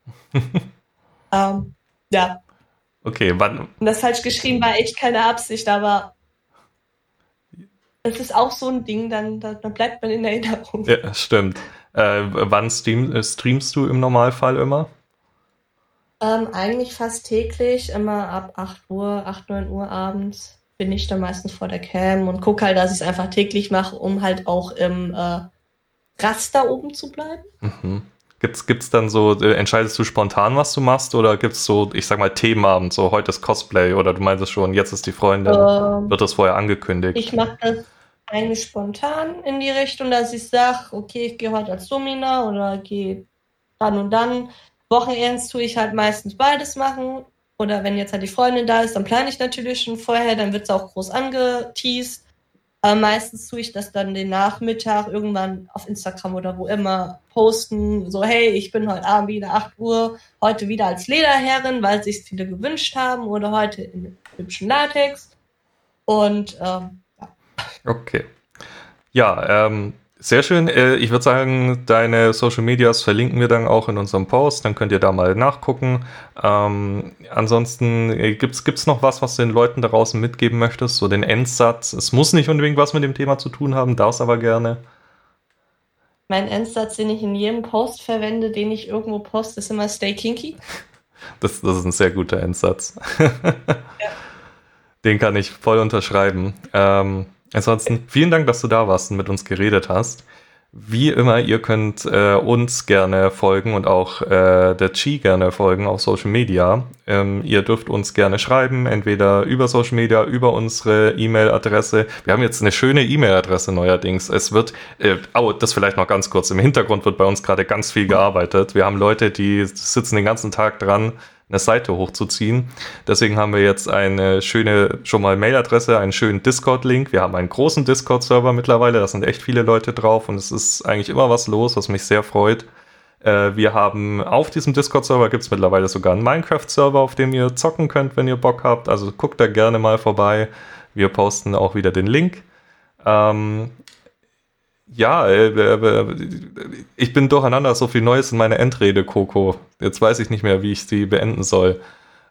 Ja. Okay, wann? Und das falsch geschrieben war echt keine Absicht, aber es ist auch so ein Ding, dann bleibt man in Erinnerung. Ja, stimmt. Wann streamst du im Normalfall immer? Eigentlich fast täglich, immer ab 8 Uhr, 9 Uhr abends bin ich dann meistens vor der Cam und gucke halt, dass ich es einfach täglich mache, um halt auch im Raster oben zu bleiben. Mhm. Gibt's dann so, entscheidest du spontan, was du machst, oder gibt's so, ich sag mal, Themenabend, so heute ist Cosplay, oder du meinst schon, jetzt ist die Freundin, wird das vorher angekündigt? Ich mache das eigentlich spontan in die Richtung, dass ich sage, okay, ich gehe heute als Domina oder gehe dann und dann. Wochenends tue ich halt meistens beides machen. Oder wenn jetzt halt die Freundin da ist, dann plane ich natürlich schon vorher, dann wird es auch groß angeteased. Meistens tue ich das dann den Nachmittag irgendwann auf Instagram oder wo immer posten, so hey, ich bin heute Abend wieder 8 Uhr, heute wieder als Lederherrin, weil sich viele gewünscht haben oder heute in hübschen Latex. Und ja. Okay. Ja, sehr schön. Ich würde sagen, deine Social Medias verlinken wir dann auch in unserem Post. Dann könnt ihr da mal nachgucken. Ansonsten gibt's noch was du den Leuten da draußen mitgeben möchtest? So den Endsatz. Es muss nicht unbedingt was mit dem Thema zu tun haben, darf's aber gerne. Mein Endsatz, den ich in jedem Post verwende, den ich irgendwo poste, ist immer Stay Kinky. Das ist ein sehr guter Endsatz. Ja. Den kann ich voll unterschreiben. Ansonsten, vielen Dank, dass du da warst und mit uns geredet hast. Wie immer, ihr könnt uns gerne folgen und auch der Chi gerne folgen auf Social Media. Ihr dürft uns gerne schreiben, entweder über Social Media, über unsere E-Mail-Adresse. Wir haben jetzt eine schöne E-Mail-Adresse neuerdings. Es wird, das vielleicht noch ganz kurz, im Hintergrund wird bei uns gerade ganz viel gearbeitet. Wir haben Leute, die sitzen den ganzen Tag dran, eine Seite hochzuziehen. Deswegen haben wir jetzt eine schöne, schon mal Mailadresse, einen schönen Discord-Link. Wir haben einen großen Discord-Server mittlerweile, da sind echt viele Leute drauf und es ist eigentlich immer was los, was mich sehr freut. Wir haben auf diesem Discord-Server gibt es mittlerweile sogar einen Minecraft-Server, auf dem ihr zocken könnt, wenn ihr Bock habt. Also guckt da gerne mal vorbei. Wir posten auch wieder den Link. Ich bin durcheinander, so viel Neues in meiner Endrede, Coco. Jetzt weiß ich nicht mehr, wie ich sie beenden soll.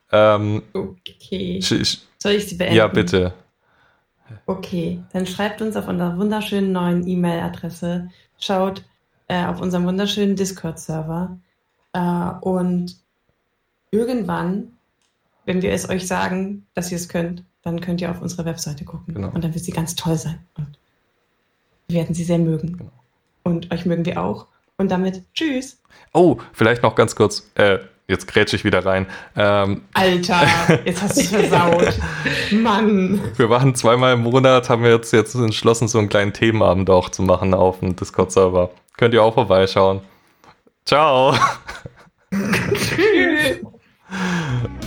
Okay. Soll ich sie beenden? Ja, bitte. Okay, dann schreibt uns auf unserer wunderschönen neuen E-Mail-Adresse, schaut auf unserem wunderschönen Discord-Server und irgendwann, wenn wir es euch sagen, dass ihr es könnt, dann könnt ihr auf unsere Webseite gucken. Genau. Und dann wird sie ganz toll sein. Und wir werden sie sehr mögen. Genau. Und euch mögen wir auch. Und damit tschüss. Oh, vielleicht noch ganz kurz. Jetzt grätsche ich wieder rein. Alter, jetzt hast du es versaut. Mann. Wir machen 2-mal im Monat, haben wir jetzt entschlossen, so einen kleinen Themenabend auch zu machen auf dem Discord-Server. Könnt ihr auch vorbeischauen. Ciao. Tschüss.